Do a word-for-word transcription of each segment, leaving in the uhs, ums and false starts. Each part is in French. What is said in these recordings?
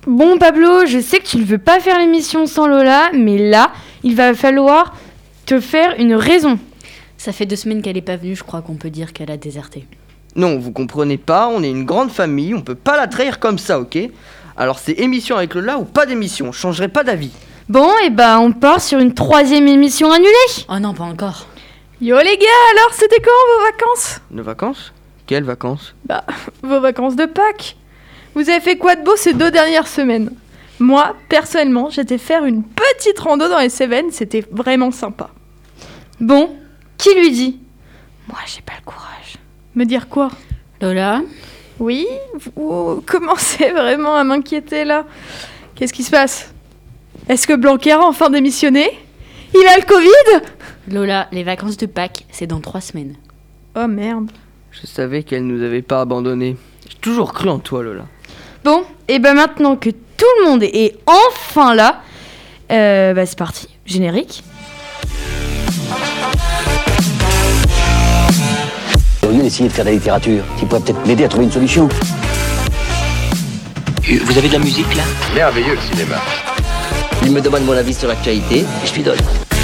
Bon Pablo, je sais que tu ne veux pas faire l'émission sans Lola, mais là, il va falloir te faire une raison. Ça fait deux semaines qu'elle n'est pas venue, je crois qu'on peut dire qu'elle a déserté. Non, vous comprenez pas, on est une grande famille, on peut pas la trahir comme ça, ok ? Alors c'est émission avec Lola ou pas d'émission, je changerai pas d'avis. Bon, et bah on part sur une troisième émission annulée. Oh non, pas encore. Yo les gars, alors c'était quand vos vacances ? Nos vacances ? Quelles vacances ? Bah, vos vacances de Pâques. Vous avez fait quoi de beau ces deux dernières semaines ? Moi, personnellement, j'étais faire une petite rando dans les Cévennes, c'était vraiment sympa. Bon, qui lui dit ? Moi, j'ai pas le courage. Me dire quoi ? Lola ? Oui, vous commencez vraiment à m'inquiéter là. Qu'est-ce qui se passe ? Est-ce que Blanquer a enfin démissionné ? Il a le Covid ? Lola, les vacances de Pâques, c'est dans trois semaines. Oh merde. Je savais qu'elle nous avait pas abandonnés. J'ai toujours cru en toi, Lola. Bon, et ben maintenant que tout le monde est enfin là, euh, bah c'est parti, générique. Au lieu d'essayer de faire de la littérature, qui pourrait peut-être m'aider à trouver une solution. Vous avez de la musique là ? Merveilleux le cinéma. Il me demande mon avis sur l'actualité, et je lui donne.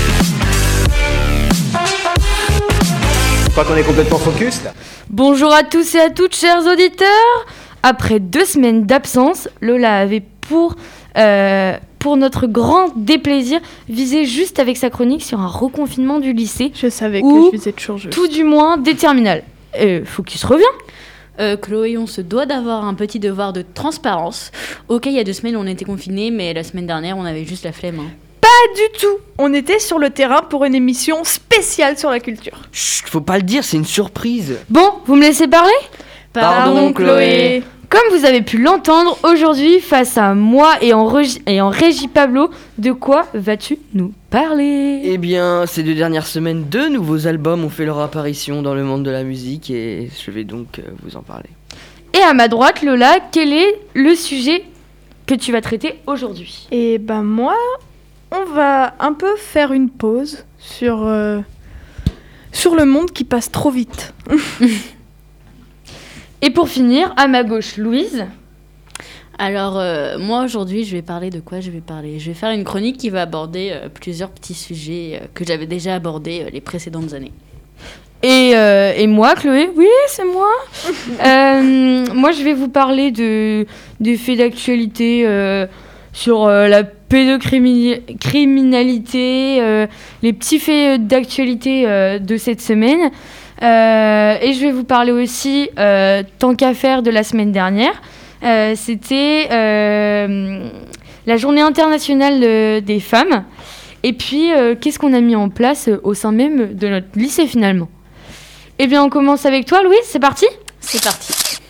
Je crois qu'on est complètement focus là. Bonjour à tous et à toutes, chers auditeurs. Après deux semaines d'absence, Lola avait pour, euh, pour notre grand déplaisir visé juste avec sa chronique sur un reconfinement du lycée. Je savais Ou que je visais toujours juste. Tout du moins des terminales. Euh, Focus revient. Euh, Chloé, on se doit d'avoir un petit devoir de transparence. Ok, il y a deux semaines, on était confinés, mais la semaine dernière, on avait juste la flemme. Hein. Pas du tout. On était sur le terrain pour une émission spéciale sur la culture. Chut, faut pas le dire, c'est une surprise. Bon, vous me laissez parler ? Pardon, Chloé. Comme vous avez pu l'entendre, aujourd'hui, face à moi et en, regi- et en régie Pablo, de quoi vas-tu nous parler ? Eh bien, ces deux dernières semaines, deux nouveaux albums ont fait leur apparition dans le monde de la musique et je vais donc euh, vous en parler. Et à ma droite, Lola, quel est le sujet que tu vas traiter aujourd'hui ? Et ben moi, on va un peu faire une pause sur, euh, sur le monde qui passe trop vite. Et pour finir, à ma gauche, Louise. Alors, euh, moi, aujourd'hui, je vais parler de quoi je vais parler ? Je vais faire une chronique qui va aborder euh, plusieurs petits sujets euh, que j'avais déjà abordés euh, les précédentes années. Et, euh, et moi, Chloé, oui, c'est moi. euh, moi, je vais vous parler de, des faits d'actualité euh, sur euh, la pédocriminalité, euh, les petits faits d'actualité euh, de cette semaine. Euh, et je vais vous parler aussi, euh, tant qu'à faire, de la semaine dernière. Euh, c'était euh, la journée internationale euh, des femmes. Et puis, euh, qu'est-ce qu'on a mis en place euh, au sein même de notre lycée finalement ? Eh bien, on commence avec toi, Louise, c'est parti ? C'est parti.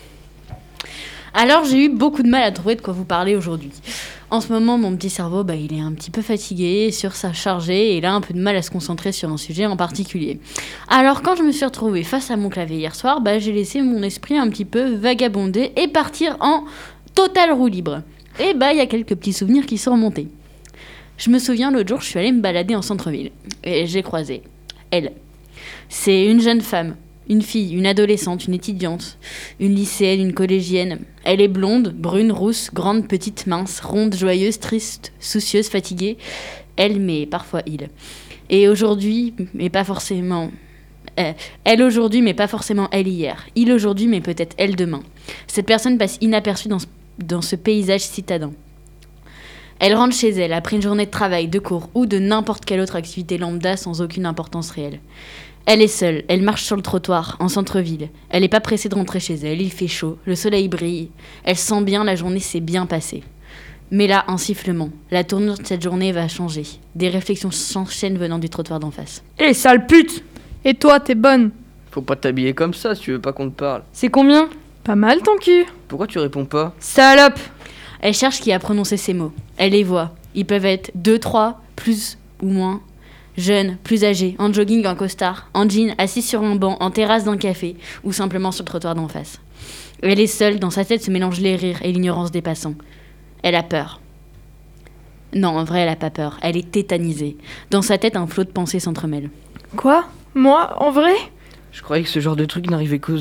Alors, j'ai eu beaucoup de mal à trouver de quoi vous parler aujourd'hui. En ce moment, mon petit cerveau, bah, il est un petit peu fatigué, surchargé, et il a un peu de mal à se concentrer sur un sujet en particulier. Alors, quand je me suis retrouvée face à mon clavier hier soir, bah, j'ai laissé mon esprit un petit peu vagabonder et partir en totale roue libre. Et bah, il y a quelques petits souvenirs qui sont remontés. Je me souviens, l'autre jour, je suis allée me balader en centre-ville, et j'ai croisé elle. C'est une jeune femme. Une fille, une adolescente, une étudiante, une lycéenne, une collégienne. Elle est blonde, brune, rousse, grande, petite, mince, ronde, joyeuse, triste, soucieuse, fatiguée. Elle, mais parfois il. Et aujourd'hui, mais pas forcément... Euh, elle aujourd'hui, mais pas forcément elle hier. Il aujourd'hui, mais peut-être elle demain. Cette personne passe inaperçue dans ce, dans ce paysage citadin. Elle rentre chez elle après une journée de travail, de cours ou de n'importe quelle autre activité lambda sans aucune importance réelle. Elle est seule, elle marche sur le trottoir, en centre-ville. Elle n'est pas pressée de rentrer chez elle, il fait chaud, le soleil brille. Elle sent bien, la journée s'est bien passée. Mais là, un sifflement. La tournure de cette journée va changer. Des réflexions s'enchaînent venant du trottoir d'en face. Eh, sale pute ! Et toi, t'es bonne ? Faut pas t'habiller comme ça si tu veux pas qu'on te parle. C'est combien ? Pas mal ton cul. Pourquoi tu réponds pas ? Salope ! Elle cherche qui a prononcé ces mots. Elle les voit. Ils peuvent être deux, trois, plus ou moins. Jeune, plus âgé, en jogging, en costard, en jean, assis sur un banc, en terrasse d'un café, ou simplement sur le trottoir d'en face. Elle est seule, dans sa tête se mélangent les rires et l'ignorance des passants. Elle a peur. Non, en vrai, elle a pas peur. Elle est tétanisée. Dans sa tête, un flot de pensées s'entremêle. Quoi ? Moi ? En vrai ? Je croyais que ce genre de truc n'arrivait qu'aux autres.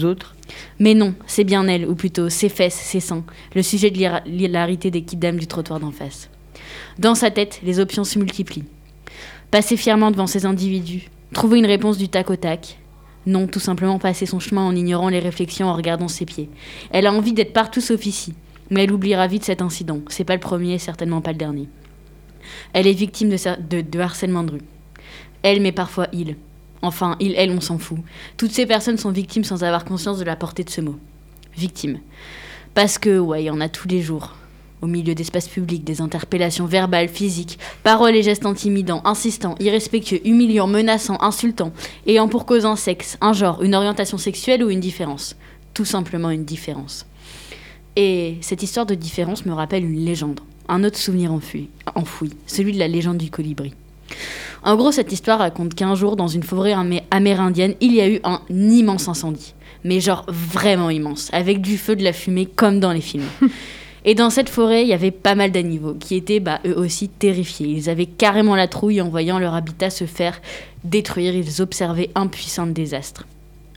Mais non, c'est bien elle, ou plutôt ses fesses, ses seins, le sujet de l'hira- l'hilarité des kidams du trottoir d'en face. Dans sa tête, les options se multiplient. Passer fièrement devant ces individus, trouver une réponse du tac au tac. Non, tout simplement passer son chemin en ignorant les réflexions, en regardant ses pieds. Elle a envie d'être partout sauf ici, mais elle oubliera vite cet incident. C'est pas le premier, certainement pas le dernier. Elle est victime de, sa- de, de harcèlement de rue. Elle, mais parfois il. Enfin, il, elle, on s'en fout. Toutes ces personnes sont victimes sans avoir conscience de la portée de ce mot. Victime. Parce que, ouais, il y en a tous les jours. Au milieu d'espaces publics, des interpellations verbales, physiques, paroles et gestes intimidants, insistants, irrespectueux, humiliants, menaçants, insultants, ayant pour cause un sexe, un genre, une orientation sexuelle ou une différence. Tout simplement une différence. Et cette histoire de différence me rappelle une légende. Un autre souvenir enfoui, enfoui, celui de la légende du colibri. En gros, cette histoire raconte qu'un jour, dans une forêt amé- amérindienne, il y a eu un immense incendie. Mais genre vraiment immense, avec du feu, de la fumée, comme dans les films. Et dans cette forêt, il y avait pas mal d'animaux qui étaient bah, eux aussi terrifiés. Ils avaient carrément la trouille en voyant leur habitat se faire détruire. Ils observaient impuissants le désastre.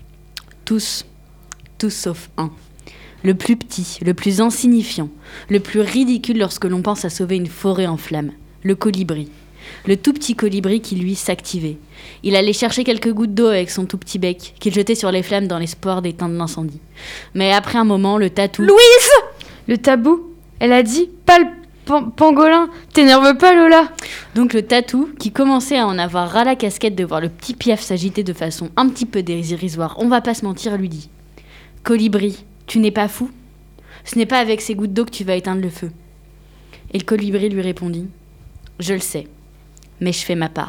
Tous, tous sauf un. Le plus petit, le plus insignifiant, le plus ridicule lorsque l'on pense à sauver une forêt en flammes. Le colibri. Le tout petit colibri qui, lui, s'activait. Il allait chercher quelques gouttes d'eau avec son tout petit bec, qu'il jetait sur les flammes dans l'espoir d'éteindre l'incendie. Mais après un moment, le tatou... Louise! Le tabou. Elle a dit pas le pan- pangolin. T'énerve pas, Lola. Donc le tatou, qui commençait à en avoir ras la casquette de voir le petit piaf s'agiter de façon un petit peu dérisoire, on va pas se mentir, lui dit « Colibri, tu n'es pas fou ? Ce n'est pas avec ces gouttes d'eau que tu vas éteindre le feu. » Et le colibri lui répondit « Je le sais, mais je fais ma part. »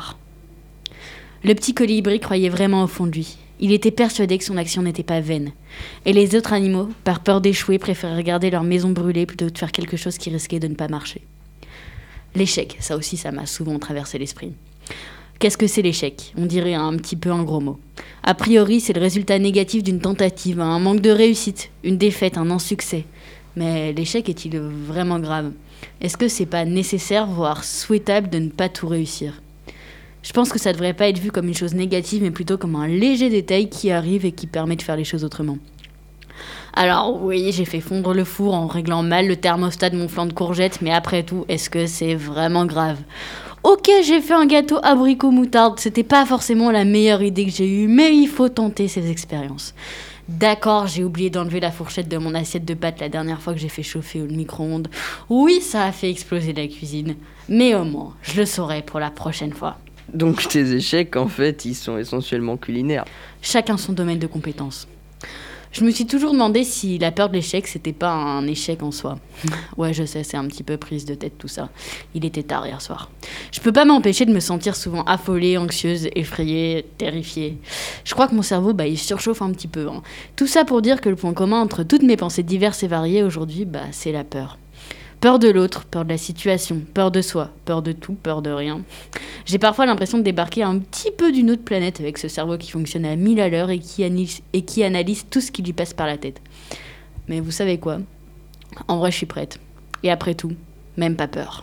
Le petit colibri croyait vraiment au fond de lui. Il était persuadé que son action n'était pas vaine. Et les autres animaux, par peur d'échouer, préféraient regarder leur maison brûler plutôt que de faire quelque chose qui risquait de ne pas marcher. L'échec, ça aussi, ça m'a souvent traversé l'esprit. Qu'est-ce que c'est l'échec ? On dirait un petit peu un gros mot. A priori, c'est le résultat négatif d'une tentative, un manque de réussite, une défaite, un insuccès. Mais l'échec est-il vraiment grave ? Est-ce que c'est pas nécessaire, voire souhaitable, de ne pas tout réussir ? Je pense que ça devrait pas être vu comme une chose négative, mais plutôt comme un léger détail qui arrive et qui permet de faire les choses autrement. Alors oui, j'ai fait fondre le four en réglant mal le thermostat de mon flan de courgettes, mais après tout, est-ce que c'est vraiment grave ? Ok, j'ai fait un gâteau abricot moutarde, c'était pas forcément la meilleure idée que j'ai eue, mais il faut tenter ces expériences. D'accord, j'ai oublié d'enlever la fourchette de mon assiette de pâtes la dernière fois que j'ai fait chauffer au micro-ondes. Oui, ça a fait exploser la cuisine, mais au moins, je le saurai pour la prochaine fois. Donc tes échecs, en fait, ils sont essentiellement culinaires. Chacun son domaine de compétences. Je me suis toujours demandé si la peur de l'échec, c'était pas un échec en soi. Ouais, je sais, c'est un petit peu prise de tête tout ça. Il était tard hier soir. Je peux pas m'empêcher de me sentir souvent affolée, anxieuse, effrayée, terrifiée. Je crois que mon cerveau, bah, il surchauffe un petit peu. Hein. Tout ça pour dire que le point commun entre toutes mes pensées diverses et variées aujourd'hui, bah, c'est la peur. Peur de l'autre, peur de la situation, peur de soi, peur de tout, peur de rien. J'ai parfois l'impression de débarquer un petit peu d'une autre planète avec ce cerveau qui fonctionne à mille à l'heure et qui analyse, et qui analyse tout ce qui lui passe par la tête. Mais vous savez quoi ? En vrai, je suis prête. Et après tout, même pas peur.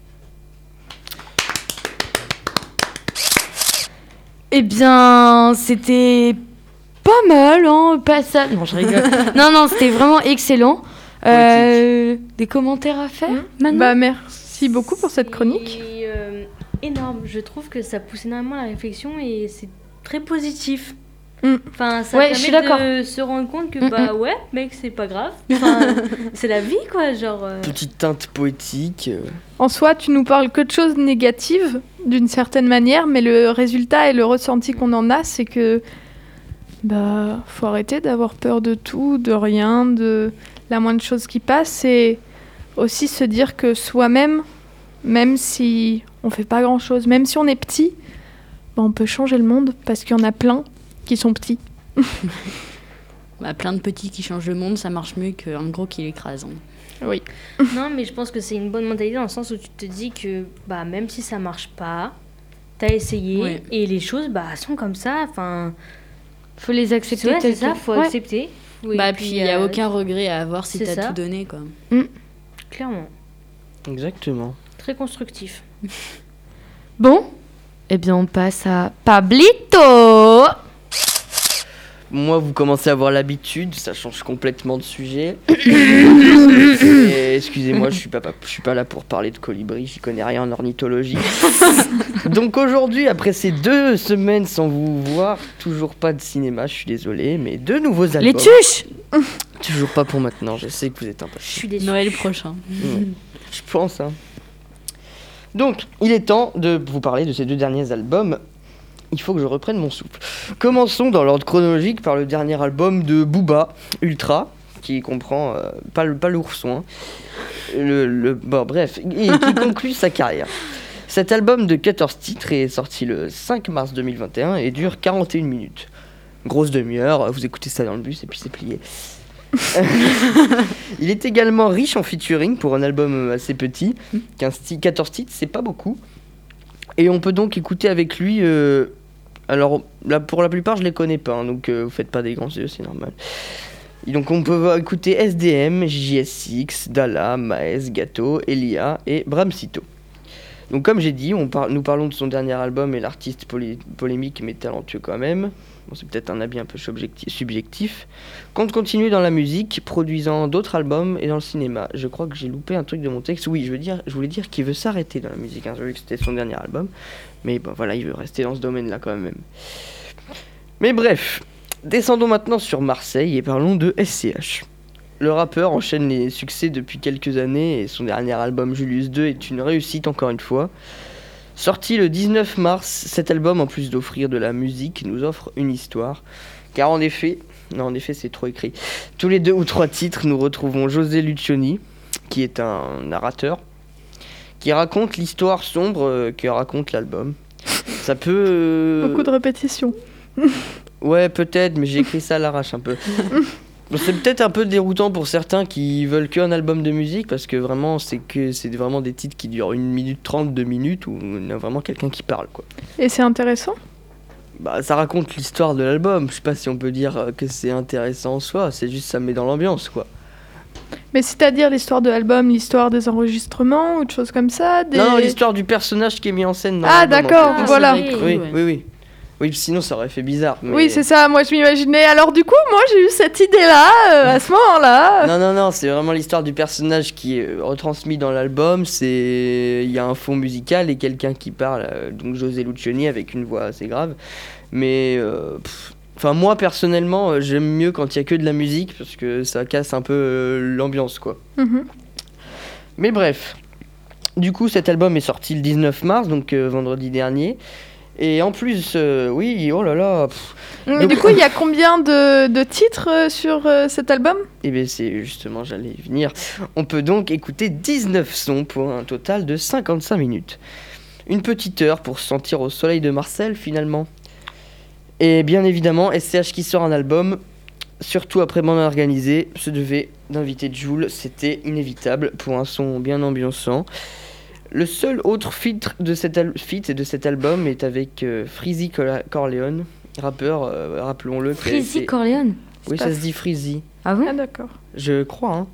Eh bien, c'était pas mal, hein, pas ça. Non, je rigole. non, non, c'était vraiment excellent. Euh, des commentaires à faire Mmh. maintenant Bah merci beaucoup pour cette chronique. C'est euh, énorme. Je trouve que ça pousse énormément la réflexion et c'est très positif. Mm. Enfin, ça Ouais, je suis permet d'accord. de se rendre compte que Mm, bah ouais, mec, c'est pas grave. Enfin, c'est la vie quoi, genre. euh, Petite teinte poétique. euh. En soi, tu nous parles que de choses négatives, d'une certaine manière, mais le résultat et le ressenti qu'on en a, c'est que bah faut arrêter d'avoir peur de tout, de rien, de la moindre chose qui passe, et aussi se dire que soi-même, même si on fait pas grand-chose, même si on est petit, bah, on peut changer le monde parce qu'il y en a plein qui sont petits. Bah, plein de petits qui changent le monde, ça marche mieux qu'un gros qui l'écrase. Hein. Oui. Non, mais je pense que c'est une bonne mentalité dans le sens où tu te dis que bah même si ça marche pas, t'as essayé Ouais. et les choses bah sont comme ça. Enfin, Faut les accepter. ouais, c'est telles ça, quelles. faut Ouais. accepter. Oui, Bah, et puis il n'y a euh, aucun regret à avoir si c'est t'as ça. tout donné, quoi. Clairement, Exactement. très constructif. Bon, eh bien on passe à Pablito. moi, vous commencez à avoir l'habitude, ça change complètement de sujet. Et, excusez-moi, je suis pas, je suis pas là pour parler de colibri, j'y connais rien en ornithologie. Donc aujourd'hui, après ces deux semaines sans vous voir, toujours pas de cinéma, je suis désolé, mais deux nouveaux albums. Les tuches. Toujours pas pour maintenant, je sais que vous êtes impatients. Je suis déçue. Noël prochain. Mmh. Je pense, hein. Donc, il est temps de vous parler de ces deux derniers albums. Il faut que je reprenne mon souffle. Commençons dans l'ordre chronologique par le dernier album de Booba, Ultra, qui comprend, euh, pas, le, pas l'ourson, hein, le, le, bon, bref, et qui conclut sa carrière. Cet album de quatorze titres est sorti le cinq mars deux mille vingt et un et dure quarante et une minutes. Grosse demi-heure, vous écoutez ça dans le bus et puis c'est plié. Il est également riche en featuring pour un album assez petit. quinze ti- quatorze titres, c'est pas beaucoup. Et on peut donc écouter avec lui... Euh, alors, là, pour la plupart, je les connais pas, hein, donc euh, vous faites pas des grands yeux, c'est normal. Et donc on peut écouter S D M, J S X, Dalla, Maes, Gato, Elia et Bramsito. Donc comme j'ai dit, on par- nous parlons de son dernier album et l'artiste polé- polémique mais talentueux quand même. Bon, c'est peut-être un avis un peu subjecti- subjectif. Compte continuer dans la musique, produisant d'autres albums et dans le cinéma. Je crois que j'ai loupé un truc de mon texte. Oui, je veux dire, je voulais dire qu'il veut s'arrêter dans la musique. Hein. J'ai vu que c'était son dernier album. Mais bon, voilà, il veut rester dans ce domaine-là quand même. Mais bref, descendons maintenant sur Marseille et parlons de S C H. Le rappeur enchaîne les succès depuis quelques années et son dernier album Julius deux est une réussite encore une fois. Sorti le dix-neuf mars, cet album, en plus d'offrir de la musique, nous offre une histoire. Car en effet, non en effet c'est trop écrit, tous les deux ou trois titres, nous retrouvons José Lucioni, qui est un narrateur, qui raconte l'histoire sombre euh, que raconte l'album. Ça peut... Euh... Beaucoup de répétitions. Ouais, peut-être, mais j'ai écrit ça à l'arrache un peu. C'est peut-être un peu déroutant pour certains qui veulent qu'un album de musique, parce que vraiment, c'est que c'est vraiment des titres qui durent une minute trente, deux minutes, où il y a vraiment quelqu'un qui parle, quoi. Et c'est intéressant ? Bah, ça raconte l'histoire de l'album. Je sais pas si on peut dire que c'est intéressant en soi, c'est juste ça met dans l'ambiance, quoi. Mais c'est-à-dire l'histoire de l'album, l'histoire des enregistrements ou de choses comme ça des... Non, non, l'histoire du personnage qui est mis en scène dans Ah, l'album, d'accord, en fait. Ah, voilà. c'est vrai, Oui, ouais. oui, oui. Oui, sinon ça aurait fait bizarre. Mais... Oui, c'est ça, moi je m'imaginais. Alors du coup, moi j'ai eu cette idée-là, euh, à ce moment-là. Non, non, non, c'est vraiment l'histoire du personnage qui est retransmis dans l'album. C'est... Il y a un fond musical et quelqu'un qui parle, euh, donc José Lucioni, avec une voix assez grave. Mais... Euh, pff, enfin, moi personnellement, euh, j'aime mieux quand il y a que de la musique, parce que ça casse un peu euh, l'ambiance, quoi. Mhm. Mais bref. Du coup, cet album est sorti le dix-neuf mars, donc euh, vendredi dernier. Et en plus, euh, oui, oh là là. Pff, Mais donc- du coup, il y a combien de, de titres euh, sur euh, cet album ? Eh bien, c'est justement, j'allais y venir. On peut donc écouter dix-neuf sons pour un total de cinquante-cinq minutes. Une petite heure pour se sentir au soleil de Marseille, finalement. Et bien évidemment, S C H qui sort un album, surtout après bande organisée, se devait d'inviter Jul. C'était inévitable pour un son bien ambiançant. Le seul autre feat de cet, al- feat de cet album est avec euh, Freezy Cola- Corleone, rappeur, euh, rappelons-le. qui a Freezy été- Corleone. Oui, pas ça se dit Freezy. Ah bon ? Ah d'accord. Je crois, hein.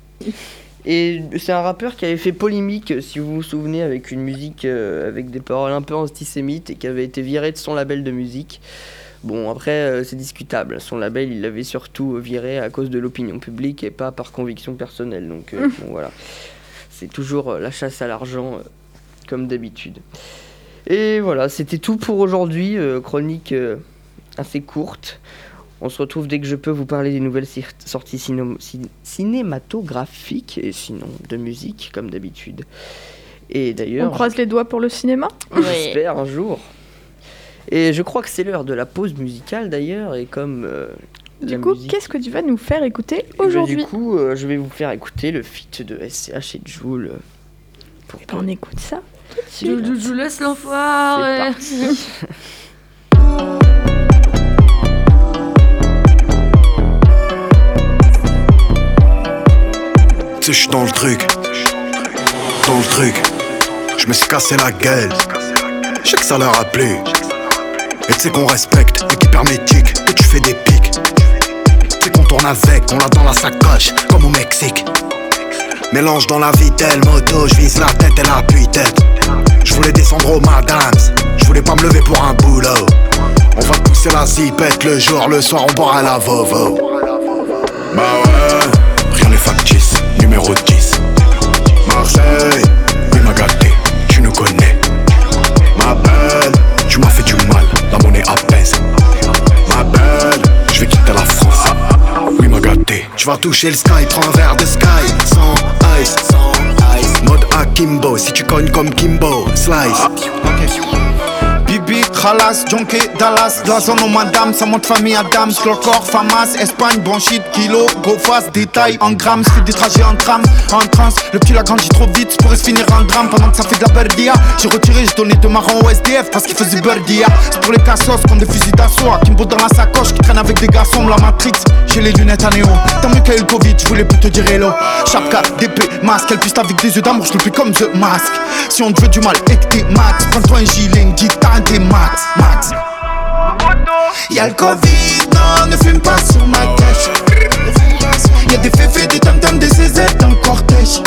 Et c'est un rappeur qui avait fait polémique, si vous vous souvenez, avec une musique euh, avec des paroles un peu antisémites et qui avait été viré de son label de musique. Bon, après, euh, c'est discutable. Son label, il l'avait surtout viré à cause de l'opinion publique et pas par conviction personnelle. Donc, euh, bon, voilà. C'est toujours euh, la chasse à l'argent, euh, comme d'habitude. Et voilà, c'était tout pour aujourd'hui. euh, chronique euh, assez courte. On se retrouve dès que je peux vous parler des nouvelles cir- sorties cino- cin- cinématographiques et sinon de musique, comme d'habitude. Et On d'ailleurs, croise les doigts pour le cinéma ? j'espère un jour. Et je crois que c'est l'heure de la pause musicale d'ailleurs, et comme euh, Du la coup, musique- qu'est-ce que tu vas nous faire écouter Eh ben, aujourd'hui ? Du coup, euh, je vais vous faire écouter le feat de S C H et Jul. euh, Pour On écoute ça. Je, je, je laisse l'enfoiré. Tu sais, je suis dans le truc, dans le truc. Je me suis cassé la gueule. Je sais que ça leur a plu. Et tu sais qu'on respecte l'équipe hermétique, que tu fais des pics. Tu sais qu'on tourne avec, on l'a dans la sacoche, comme au Mexique. Mélange dans la vitelle, moto, je vise la tête et la tête. Je voulais descendre au Madams, je voulais pas me lever pour un boulot. On va pousser c'est la zipette, le jour, le soir on boira la vovo. Bah ouais, rien n'est factice, numéro dix. Marseille, oui m'a gâté, tu nous connais. Ma belle, tu m'as fait du mal, la monnaie apaise. Ma belle, je vais quitter la France. Oui m'a gâté, tu vas toucher le sky, prends un verre de sky. Sans ice, sans ice. Mode Akimbo, si tu cognes comme Kimbo, slice. Bibi, Khalas, Junkie, Dallas, de la zone aux madame, ça monte famille Adams, Clocor, Famas, Espagne, bronchite, kilo, go fast, détail en grammes, je fais des trajets en tram, en trans, le petit l'a grandi trop vite, ça pourrait se finir en drame, pendant que ça fait de la berdia, j'ai retiré, j'ai donné deux marrons au S D F parce qu'il faisait berdia, c'est pour les cassos, comme des fusils d'assaut, Kimbo dans la sacoche, qui traîne avec des garçons, la Matrix, j'ai les lunettes à néo, tant mieux qu'il y a eu le Covid, je voulais plus te dire hello, Chapka, D P, masque, elle piste avec des yeux d'amour, je le fais comme The Mask, si on te veut du mal et que t'es max, prends-toi un gilet, une guitare, t'es max, max. Y'a le Covid, non, ne fume pas sur ma cache. Y'a des féfés, des tam-tams, des C Z dans le cortège.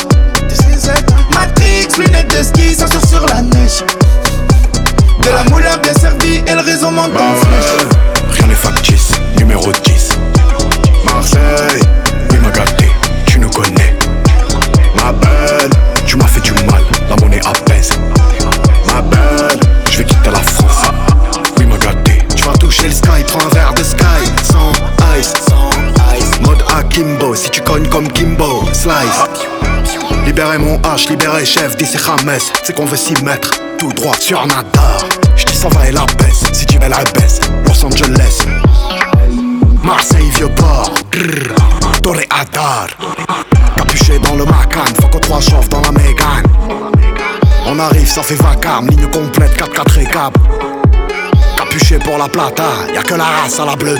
Matrix, lunettes de ski, ça sort sur la neige. De la moulin bien servie et le réseau monte en flèche. Rien n'est factice, numéro dix. Marseille, oui m'a gâté, tu nous connais. Ma belle, tu m'as fait du mal, la monnaie apaise. Ma belle, je vais quitter la France. Oui m'a gâté, tu vas toucher le sky, prends un verre de sky. Sans ice, sans ice. Mode Akimbo, si tu cognes comme Kimbo, slice. Libérez mon H, libérez chef, d'ici Rames. C'est qu'on veut s'y mettre, tout droit sur Nadar. J'dis ça va et la baisse, si tu veux la baisse. Los Angeles, Marseille, Vieux-Port, Doré Hadar. Capuché dans le Macan, faut que trois chauffes dans la Mégane. On arrive, ça fait vacarme, ligne complète, quatre quatre et cap. Capuché pour la plata, y'a que la race à la bleue.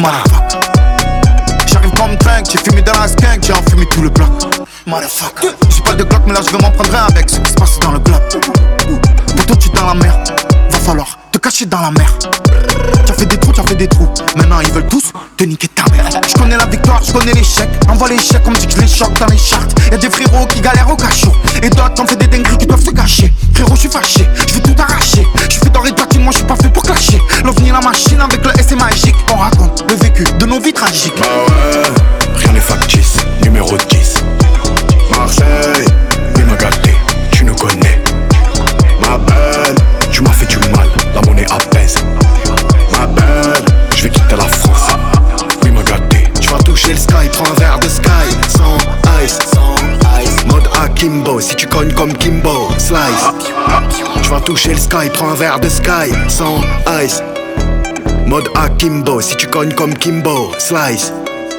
J'arrive comme train, j'ai fumé dans la skunk, j'ai enfumé tout le bloc. Motherfucker. J'ai pas de Glock, mais là je vais m'en prendre un avec ce qui se passe dans le globe. Pourtant tu es dans la mer, va falloir te cacher dans la mer. Tu as fait des trous, tu as fait des trous. Maintenant ils veulent tous te niquer ta mère. Je connais la victoire, je connais l'échec. Envoie l'échec, on me dit que je les choque dans les charts. Y'a des frérots qui galèrent au cachot. Et d'autres qui ont fait des dingueries qui doivent se cacher. Frérot, je suis fâché, je vais tout arracher. Je fais doré de platine, moi je suis pas fait pour clasher. L'ovni la machine avec le S c'est magique. On raconte le vécu de nos vies tragiques. Bah ouais, rien n'est factice, numéro dix. Marseille, oui m'a gâté, tu nous connais. Ma belle, tu m'as fait du mal, la monnaie apaise. Ma belle, je vais quitter la France. Oui m'a gâté, tu vas toucher le sky, prends un verre de sky. Sans ice, sans ice. Mode Akimbo, si tu cognes comme Kimbo, slice. Tu vas toucher le sky, prends un verre de sky. Sans ice. Mode Akimbo, si tu cognes comme Kimbo, slice.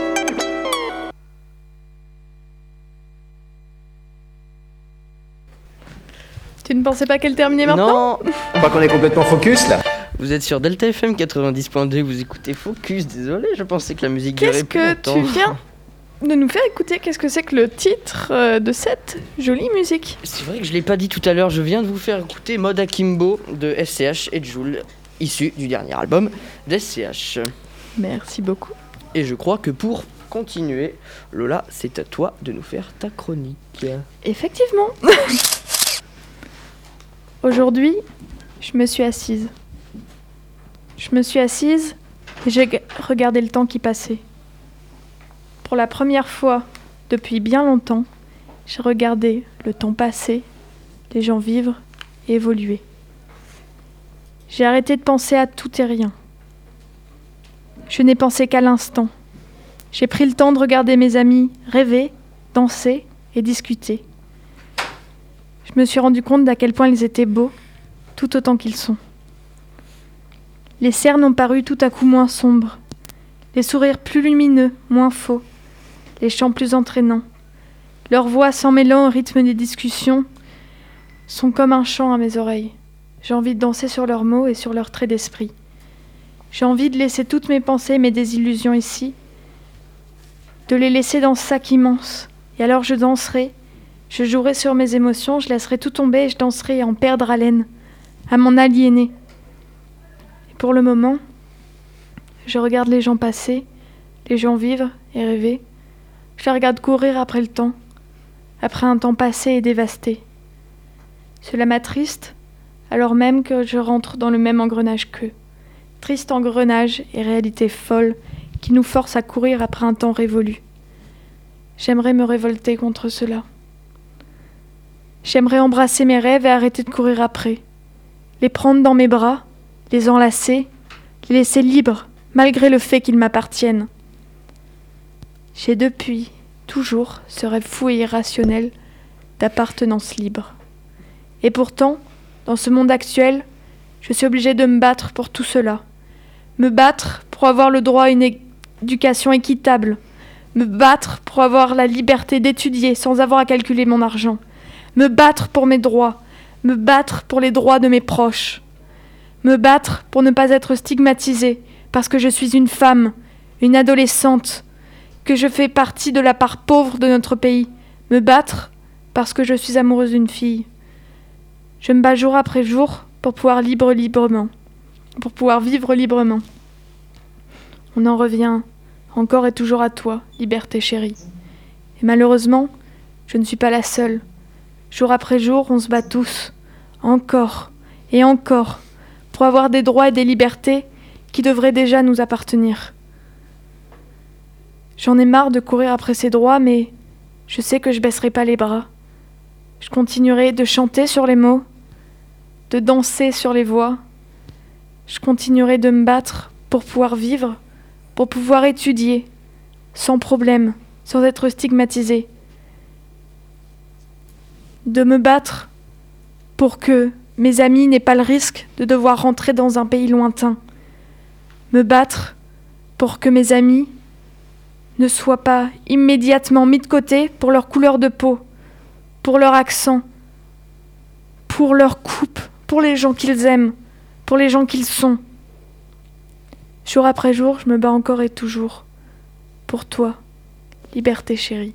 Tu ne pensais pas qu'elle terminait maintenant? Non. Je crois qu'on est complètement focus là. Vous êtes sur Delta F M quatre-vingt-dix point deux, vous écoutez Focus. Désolé, je pensais que la musique durait Qu'est-ce plus que longtemps. tu viens de nous faire écouter? Qu'est-ce que c'est que le titre euh, de cette jolie musique? C'est vrai que je l'ai pas dit tout à l'heure, je viens de vous faire écouter Mode Akimbo de S C H et Jul, issu du dernier album d'S C H. Merci beaucoup. Et je crois que pour continuer, Lola, c'est à toi de nous faire ta chronique. Effectivement. Aujourd'hui, je me suis assise. Je me suis assise et j'ai g- regardé le temps qui passait. Pour la première fois depuis bien longtemps, j'ai regardé le temps passer, les gens vivre et évoluer. J'ai arrêté de penser à tout et rien. Je n'ai pensé qu'à l'instant. J'ai pris le temps de regarder mes amis rêver, danser et discuter. Je me suis rendu compte d'à quel point ils étaient beaux, tout autant qu'ils sont. Les cernes ont paru tout à coup moins sombres, les sourires plus lumineux, moins faux, les chants plus entraînants. Leurs voix s'en mêlant au rythme des discussions sont comme un chant à mes oreilles. J'ai envie de danser sur leurs mots et sur leurs traits d'esprit. J'ai envie de laisser toutes mes pensées et mes désillusions ici, de les laisser dans ce sac immense. Et alors je danserai, je jouerai sur mes émotions, je laisserai tout tomber et je danserai à en perdre haleine, à m'en aliéner. Et pour le moment, je regarde les gens passer, les gens vivre et rêver. Je les regarde courir après le temps, après un temps passé et dévasté. Cela m'attriste, alors même que je rentre dans le même engrenage qu'eux. triste engrenage et réalité folle qui nous force à courir après un temps révolu. J'aimerais me révolter contre cela. J'aimerais embrasser mes rêves et arrêter de courir après, les prendre dans mes bras, les enlacer, les laisser libres, malgré le fait qu'ils m'appartiennent. J'ai depuis, toujours, ce rêve fou et irrationnel d'appartenance libre. Et pourtant, dans ce monde actuel, je suis obligée de me battre pour tout cela. Me battre pour avoir le droit à une éducation équitable. Me battre pour avoir la liberté d'étudier sans avoir à calculer mon argent. Me battre pour mes droits. Me battre pour les droits de mes proches. Me battre pour ne pas être stigmatisée parce que je suis une femme, une adolescente, que je fais partie de la part pauvre de notre pays. Me battre parce que je suis amoureuse d'une fille. Je me bats jour après jour pour pouvoir libre librement, pour pouvoir vivre librement. On en revient encore et toujours à toi, liberté chérie. Et malheureusement, je ne suis pas la seule. Jour après jour, on se bat tous, encore et encore, pour avoir des droits et des libertés qui devraient déjà nous appartenir. J'en ai marre de courir après ces droits, mais je sais que je baisserai pas les bras. Je continuerai de chanter sur les mots, de danser sur les voix. Je continuerai de me battre pour pouvoir vivre, pour pouvoir étudier, sans problème, sans être stigmatisée. De me battre pour que mes amis n'aient pas le risque de devoir rentrer dans un pays lointain. Me battre pour que mes amis ne soient pas immédiatement mis de côté pour leur couleur de peau, pour leur accent, pour leur coupe, pour les gens qu'ils aiment, pour les gens qu'ils sont. Jour après jour, je me bats encore et toujours. Pour toi, liberté chérie.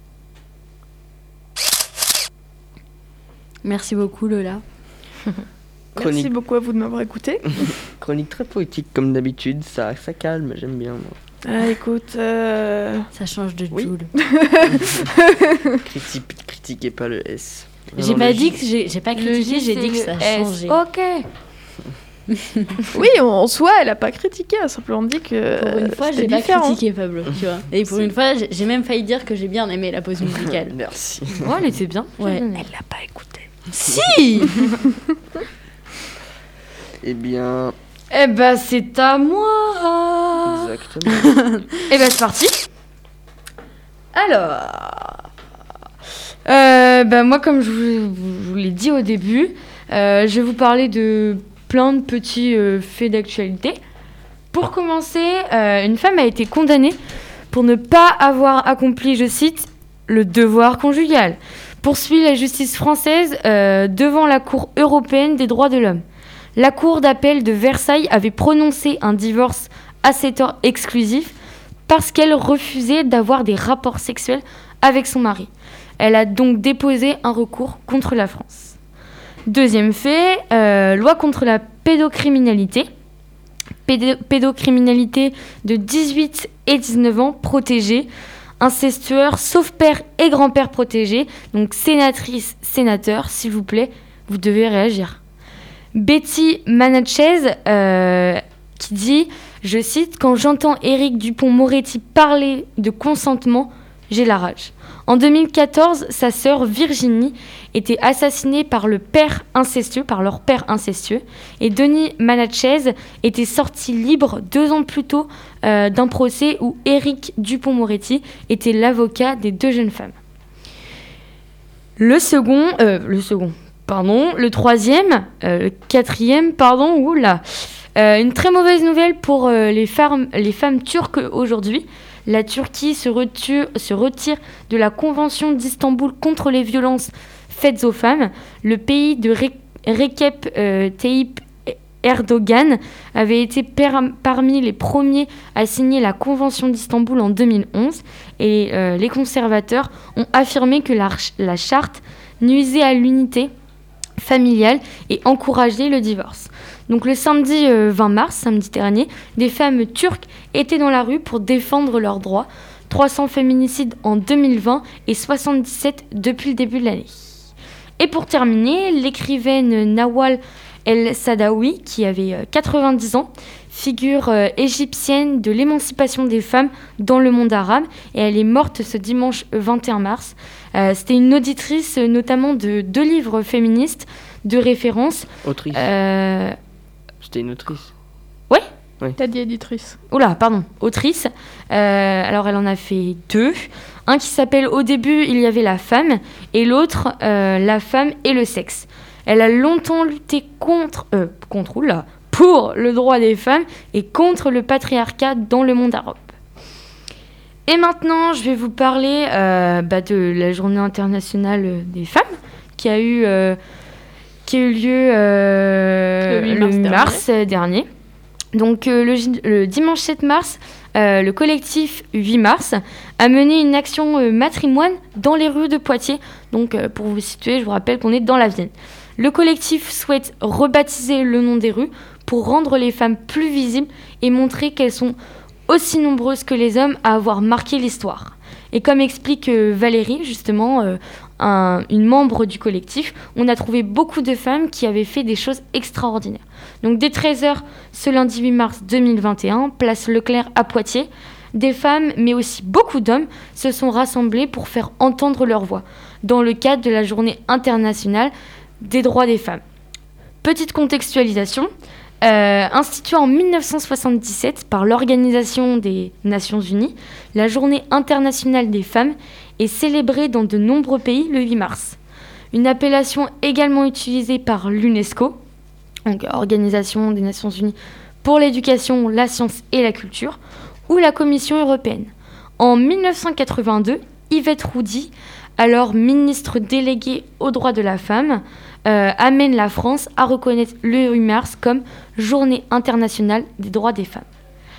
Merci beaucoup Lola. Chronique. Merci beaucoup à vous de m'avoir écouté. Chronique très poétique comme d'habitude, ça, ça calme, j'aime bien. Moi. Ah, écoute, euh... ça change de oui. Joule. Critique, critiquez pas le S. J'ai pas dit que j'ai, j'ai pas critiqué, j'ai dit que ça a S. changé. Ok. Oui, en soi, elle a pas critiqué, elle a simplement dit que pour une fois, j'ai pas critiqué Pablo, tu vois. Et pour une fois, j'ai même failli dire que j'ai bien aimé la pause musicale. Merci. Ouais, elle était bien. Ouais. Elle l'a pas écouté. Si. Eh bien. Eh ben, c'est à moi. Exactement. Eh ben, c'est parti. Alors. Euh, ben, moi, comme je vous, vous l'ai dit au début, euh, je vais vous parler de plein de petits euh, faits d'actualité. Pour commencer, euh, une femme a été condamnée pour ne pas avoir accompli, je cite, le devoir conjugal. Poursuit la justice française euh, devant la Cour européenne des droits de l'homme. La Cour d'appel de Versailles avait prononcé un divorce à sept heures exclusif parce qu'elle refusait d'avoir des rapports sexuels avec son mari. Elle a donc déposé un recours contre la France. Deuxième fait, euh, loi contre la pédocriminalité. Pédo- pédocriminalité de dix-huit et dix-neuf ans protégés. Incestueurs, sauf père et grand-père protégés. Donc sénatrice, sénateur, s'il vous plaît, vous devez réagir. Betty Manachez euh, qui dit, je cite, « Quand j'entends Éric Dupond-Moretti parler de consentement, j'ai la rage. » En deux mille quatorze, sa sœur Virginie était assassinée par le père incestueux, par leur père incestueux, et Denis Manachez était sorti libre deux ans plus tôt euh, d'un procès où Éric Dupond-Moretti était l'avocat des deux jeunes femmes. Le second, euh, le second, pardon, le troisième, euh, le quatrième, pardon, oula, euh, une très mauvaise nouvelle pour euh, les femmes, les femmes turques aujourd'hui. La Turquie se retire, se retire de la Convention d'Istanbul contre les violences faites aux femmes. Le pays de Re- Recep euh, Tayyip Erdogan avait été per- parmi les premiers à signer la Convention d'Istanbul en deux mille onze et euh, les conservateurs ont affirmé que la, la charte nuisait à l'unité familiale et encourageait le divorce. Donc le samedi euh, vingt mars, samedi dernier, des femmes turques étaient dans la rue pour défendre leurs droits. trois cents féminicides en deux mille vingt et soixante-dix-sept depuis le début de l'année. Et pour terminer, l'écrivaine Nawal El Sadaoui, qui avait euh, quatre-vingt-dix ans, figure euh, égyptienne de l'émancipation des femmes dans le monde arabe, et elle est morte ce dimanche vingt et un mars. Euh, c'était une auditrice euh, notamment de deux livres féministes de référence. Autrice. Euh... C'était une autrice. Ouais. Oui. T'as dit éditrice. Oula, pardon, autrice. Euh, alors elle en a fait deux. Un qui s'appelle Au début, il y avait la femme, et l'autre, euh, La femme et le sexe. Elle a longtemps lutté contre, euh, contre, oula, pour le droit des femmes et contre le patriarcat dans le monde arabe. Et maintenant, je vais vous parler euh, bah, de la journée internationale des femmes qui a eu, euh, qui a eu lieu euh, le huit mars, le huit dernier. mars dernier. Donc euh, le, le dimanche sept mars, euh, le collectif huit mars a mené une action euh, matrimoine dans les rues de Poitiers. Donc euh, pour vous situer, je vous rappelle qu'on est dans la Vienne. Le collectif souhaite rebaptiser le nom des rues pour rendre les femmes plus visibles et montrer qu'elles sont aussi nombreuses que les hommes à avoir marqué l'histoire. Et comme explique euh, Valérie, justement, euh, un, une membre du collectif, on a trouvé beaucoup de femmes qui avaient fait des choses extraordinaires. Donc dès treize heures, ce lundi huit mars deux mille vingt et un, place Leclerc à Poitiers, des femmes, mais aussi beaucoup d'hommes, se sont rassemblés pour faire entendre leur voix, dans le cadre de la journée internationale des droits des femmes. Petite contextualisation, euh, instituée en mille neuf cent soixante-dix-sept par l'Organisation des Nations Unies, la journée internationale des femmes est célébrée dans de nombreux pays le huit mars. Une appellation également utilisée par l'UNESCO, donc Organisation des Nations Unies pour l'éducation, la science et la culture, ou la Commission européenne. En mille neuf cent quatre-vingt-deux, Yvette Roudy, alors ministre déléguée aux droits de la femme, euh, amène la France à reconnaître le huit mars comme Journée internationale des droits des femmes.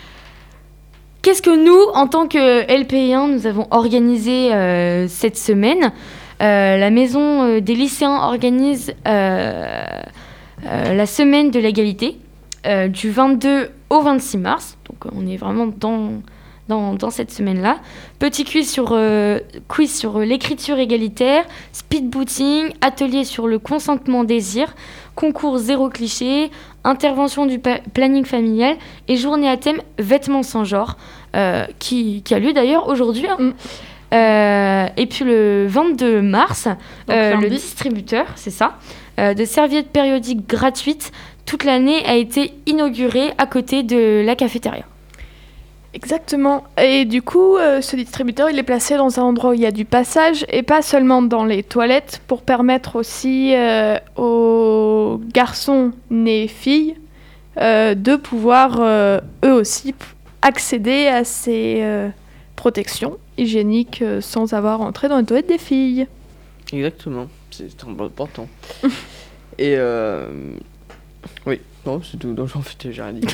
Qu'est-ce que nous, en tant que L P un, nous avons organisé euh, cette semaine ? euh, La Maison euh, des lycéens organise euh, euh, la semaine de l'égalité euh, du vingt-deux au vingt-six mars. Donc on est vraiment dans... Dans, dans cette semaine-là. Petit quiz sur, euh, quiz sur l'écriture égalitaire, speed booting, atelier sur le consentement désir, concours zéro cliché, intervention du pa- planning familial et journée à thème vêtements sans genre, euh, qui, qui a lieu d'ailleurs aujourd'hui. Hein. Mm. Euh, et puis le vingt-deux mars, euh, le distributeur, c'est ça, euh, de serviettes périodiques gratuites toute l'année a été inauguré à côté de la cafétéria. Exactement. Et du coup, euh, ce distributeur, il est placé dans un endroit où il y a du passage et pas seulement dans les toilettes pour permettre aussi euh, aux garçons nés filles euh, de pouvoir euh, eux aussi p- accéder à ces euh, protections hygiéniques euh, sans avoir à entrer dans les toilettes des filles. Exactement, c'est important. Et euh... oui. Non, c'est tout. Donc, en fait, j'ai rien dit.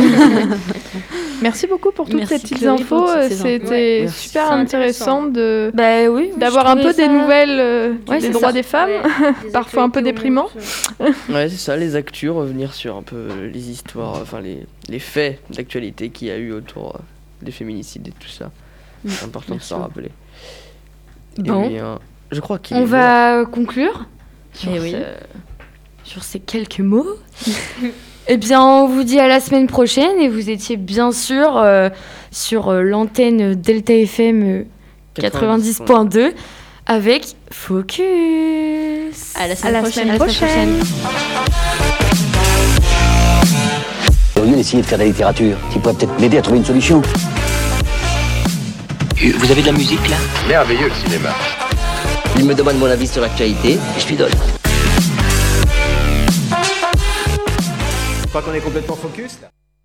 Merci beaucoup pour toutes Merci ces petites Chloé infos. pour toutes ces C'était infos. Ouais, super c'est intéressant, intéressant. de Bah oui, d'avoir je un peu trouvais des ça- nouvelles euh, Ouais, des c'est droits ça. des femmes. Des Parfois un peu actualités déprimant. au monde. Ouais, c'est ça, les actus, revenir sur un peu les histoires, enfin les, les faits d'actualité qu'il y a eu autour euh, des féminicides et tout ça. C'est important Merci. de s'en rappeler. Bon. Et bien, je crois qu'il On est va conclure sur, Eh oui. ce- sur ces quelques mots. Eh bien, on vous dit à la semaine prochaine et vous étiez bien sûr euh, sur euh, l'antenne Delta F M euh, quatre-vingt-dix point deux avec Focus. À la À semaine la prochaine. semaine prochaine. Au lieu d'essayer de faire de la littérature, tu pourrais peut-être m'aider à trouver une solution. Vous avez de la musique là? Merveilleux le cinéma. Il me demande mon avis sur l'actualité et je lui donne. Je crois qu'on est complètement focus là.